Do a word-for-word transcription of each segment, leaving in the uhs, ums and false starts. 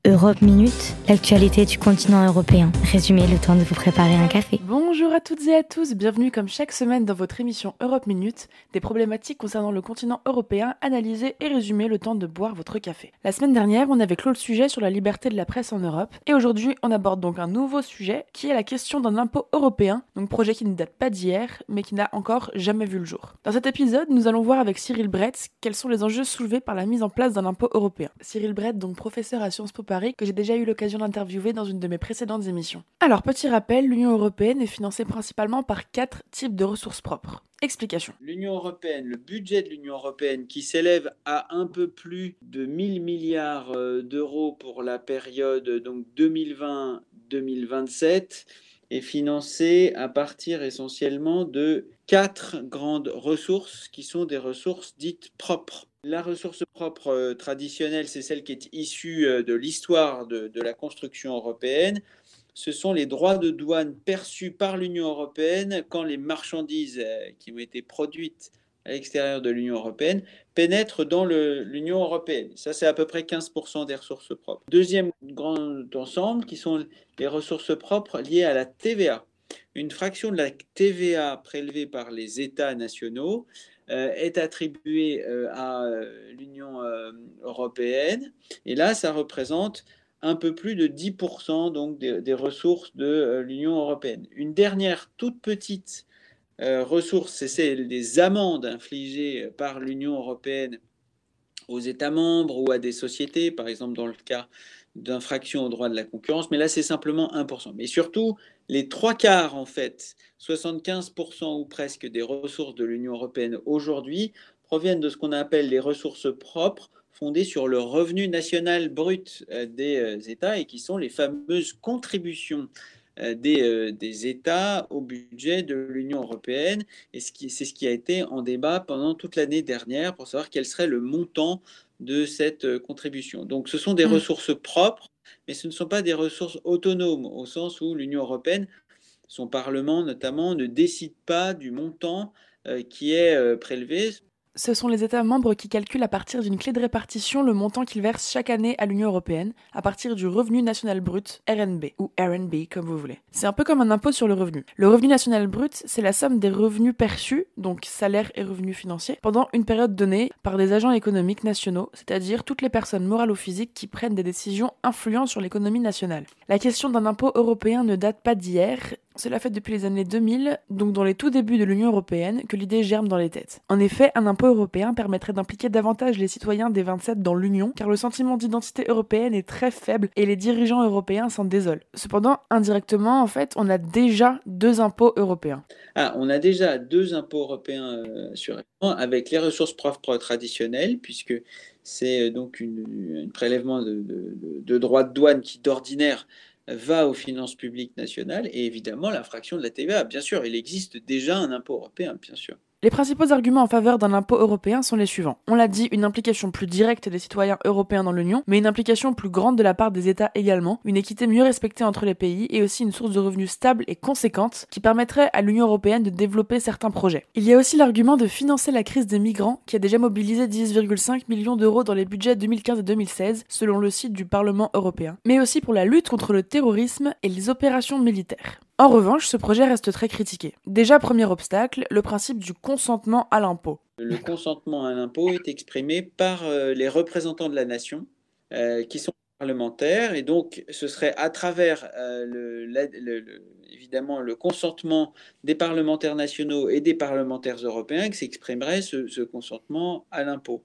Europe Minute, l'actualité du continent européen. Résumé, le temps de vous préparer un café. Bonjour à toutes et à tous, bienvenue comme chaque semaine dans votre émission Europe Minute, des problématiques concernant le continent européen analysées et résumées le temps de boire votre café. La semaine dernière, on avait clos le sujet sur la liberté de la presse en Europe, et aujourd'hui, on aborde donc un nouveau sujet qui est la question d'un impôt européen, donc projet qui ne date pas d'hier, mais qui n'a encore jamais vu le jour. Dans cet épisode, nous allons voir avec Cyril Bretz quels sont les enjeux soulevés par la mise en place d'un impôt européen. Cyril Bretz, donc professeur à Sciences Po Paris, que j'ai déjà eu l'occasion d'interviewer dans une de mes précédentes émissions. Alors, petit rappel, l'Union européenne est financée principalement par quatre types de ressources propres. Explication. L'Union européenne, le budget de l'Union européenne qui s'élève à un peu plus de mille milliards d'euros pour la période donc deux mille vingt à deux mille vingt-sept, est financé à partir essentiellement de quatre grandes ressources qui sont des ressources dites propres. La ressource propre euh, traditionnelle, c'est celle qui est issue euh, de l'histoire de, de la construction européenne. Ce sont les droits de douane perçus par l'Union européenne quand les marchandises euh, qui ont été produites à l'extérieur de l'Union européenne pénètrent dans le, l'Union européenne. Ça, c'est à peu près quinze pour cent des ressources propres. Deuxième grand ensemble, qui sont les ressources propres liées à la T V A. Une fraction de la T V A prélevée par les États nationaux euh, est attribuée euh, à l'Union euh, européenne. Et là, ça représente un peu plus de dix pour cent donc, des, des ressources de euh, l'Union européenne. Une dernière toute petite Euh, ressources, c'est celle des amendes infligées par l'Union européenne aux États membres ou à des sociétés, par exemple dans le cas d'infraction au droit de la concurrence, mais là c'est simplement un pour cent. Mais surtout, les trois quarts, en fait, soixante-quinze pour cent ou presque des ressources de l'Union européenne aujourd'hui proviennent de ce qu'on appelle les ressources propres, fondées sur le revenu national brut des États et qui sont les fameuses contributions des, euh, des États au budget de l'Union européenne. Et ce qui, c'est ce qui a été en débat pendant toute l'année dernière pour savoir quel serait le montant de cette euh, contribution. Donc ce sont des mmh. ressources propres, mais ce ne sont pas des ressources autonomes, au sens où l'Union européenne, son Parlement notamment, ne décide pas du montant euh, qui est euh, prélevé. Ce sont les États membres qui calculent à partir d'une clé de répartition le montant qu'ils versent chaque année à l'Union européenne, à partir du revenu national brut, R N B, ou R N B comme vous voulez. C'est un peu comme un impôt sur le revenu. Le revenu national brut, c'est la somme des revenus perçus, donc salaires et revenus financiers, pendant une période donnée par des agents économiques nationaux, c'est-à-dire toutes les personnes morales ou physiques qui prennent des décisions influentes sur l'économie nationale. La question d'un impôt européen ne date pas d'hier. Cela fait depuis les années deux mille, donc dans les tout débuts de l'Union européenne, que l'idée germe dans les têtes. En effet, un impôt européen permettrait d'impliquer davantage les citoyens des vingt-sept dans l'Union, car le sentiment d'identité européenne est très faible et les dirigeants européens s'en désolent. Cependant, indirectement, en fait, on a déjà deux impôts européens. Ah, on a déjà deux impôts européens euh, sur avec les ressources propres traditionnelles, puisque c'est donc un prélèvement de, de, de droits de douane qui, d'ordinaire, va aux finances publiques nationales, et évidemment la fraction de la T V A. Bien sûr, il existe déjà un impôt européen, bien sûr. Les principaux arguments en faveur d'un impôt européen sont les suivants. On l'a dit, une implication plus directe des citoyens européens dans l'Union, mais une implication plus grande de la part des États également, une équité mieux respectée entre les pays et aussi une source de revenus stable et conséquente qui permettrait à l'Union européenne de développer certains projets. Il y a aussi l'argument de financer la crise des migrants qui a déjà mobilisé dix virgule cinq millions d'euros dans les budgets deux mille quinze et deux mille seize selon le site du Parlement européen, mais aussi pour la lutte contre le terrorisme et les opérations militaires. En revanche, ce projet reste très critiqué. Déjà, premier obstacle, le principe du consentement à l'impôt. Le consentement à l'impôt est exprimé par euh, les représentants de la nation, euh, qui sont parlementaires, et donc ce serait à travers euh, le, le, le, évidemment le consentement des parlementaires nationaux et des parlementaires européens que s'exprimerait ce, ce consentement à l'impôt.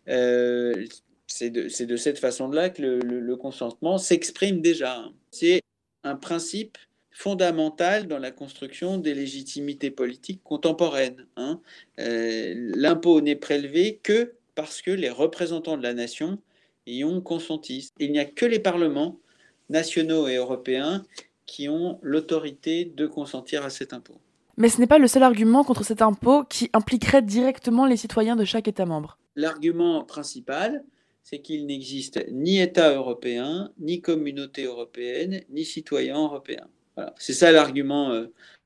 Euh, c'est, de, c'est de cette façon-là que le, le, le consentement s'exprime déjà. C'est un principe fondamentale dans la construction des légitimités politiques contemporaines. Hein. Euh, l'impôt n'est prélevé que parce que les représentants de la nation y ont consenti. Il n'y a que les parlements nationaux et européens qui ont l'autorité de consentir à cet impôt. Mais ce n'est pas le seul argument contre cet impôt qui impliquerait directement les citoyens de chaque État membre. L'argument principal, c'est qu'il n'existe ni État européen, ni communauté européenne, ni citoyens européens. Voilà. C'est ça l'argument euh,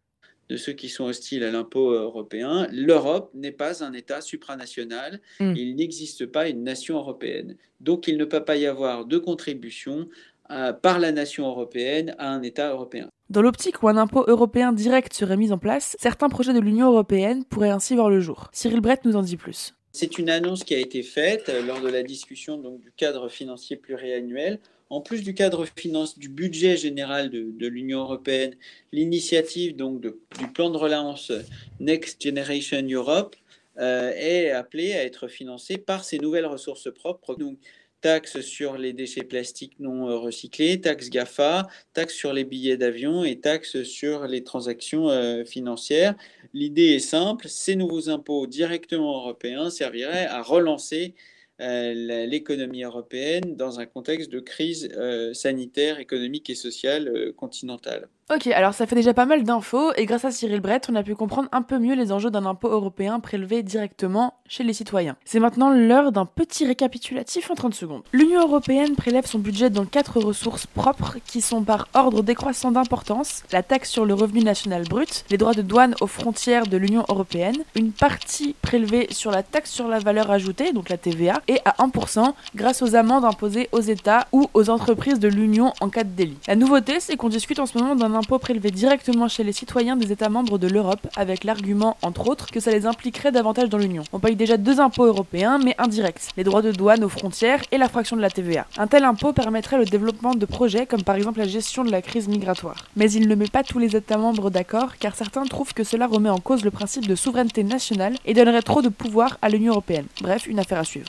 de ceux qui sont hostiles à l'impôt européen, l'Europe n'est pas un État supranational. Mm. Il n'existe pas une nation européenne. Donc, il ne peut pas y avoir de contribution euh, par la nation européenne à un État européen. Dans l'optique où un impôt européen direct serait mis en place, certains projets de l'Union européenne pourraient ainsi voir le jour. Cyril Brett nous en dit plus. C'est une annonce qui a été faite lors de la discussion donc, du cadre financier pluriannuel. En plus du cadre finance, du budget général de, de l'Union européenne, l'initiative donc, de, du plan de relance Next Generation Europe euh, est appelée à être financée par ces nouvelles ressources propres. Donc, taxes sur les déchets plastiques non recyclés, taxes GAFA, taxes sur les billets d'avion et taxes sur les transactions euh, financières. L'idée est simple, ces nouveaux impôts directement européens serviraient à relancer euh, l'économie européenne dans un contexte de crise euh, sanitaire, économique et sociale euh, continentale. Ok, alors ça fait déjà pas mal d'infos, et grâce à Cyril Brett, on a pu comprendre un peu mieux les enjeux d'un impôt européen prélevé directement chez les citoyens. C'est maintenant l'heure d'un petit récapitulatif en trente secondes. L'Union européenne prélève son budget dans quatre ressources propres qui sont par ordre décroissant d'importance: la taxe sur le revenu national brut, les droits de douane aux frontières de l'Union européenne, une partie prélevée sur la taxe sur la valeur ajoutée, donc la T V A, et à un pour cent grâce aux amendes imposées aux États ou aux entreprises de l'Union en cas de délit. La nouveauté, c'est qu'on discute en ce moment d'un impôt prélevé directement chez les citoyens des États membres de l'Europe, avec l'argument, entre autres, que ça les impliquerait davantage dans l'Union. On paye déjà deux impôts européens, mais indirects, les droits de douane aux frontières et la fraction de la T V A. Un tel impôt permettrait le développement de projets comme par exemple la gestion de la crise migratoire. Mais il ne met pas tous les États membres d'accord, car certains trouvent que cela remet en cause le principe de souveraineté nationale et donnerait trop de pouvoir à l'Union européenne. Bref, une affaire à suivre.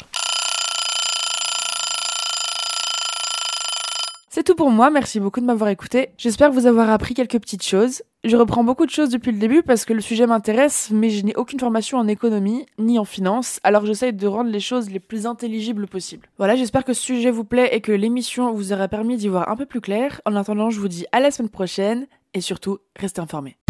C'est tout pour moi, merci beaucoup de m'avoir écouté. J'espère vous avoir appris quelques petites choses. Je reprends beaucoup de choses depuis le début parce que le sujet m'intéresse, mais je n'ai aucune formation en économie, ni en finance, alors j'essaye de rendre les choses les plus intelligibles possibles. Voilà, j'espère que ce sujet vous plaît et que l'émission vous aura permis d'y voir un peu plus clair. En attendant, je vous dis à la semaine prochaine, et surtout, restez informés.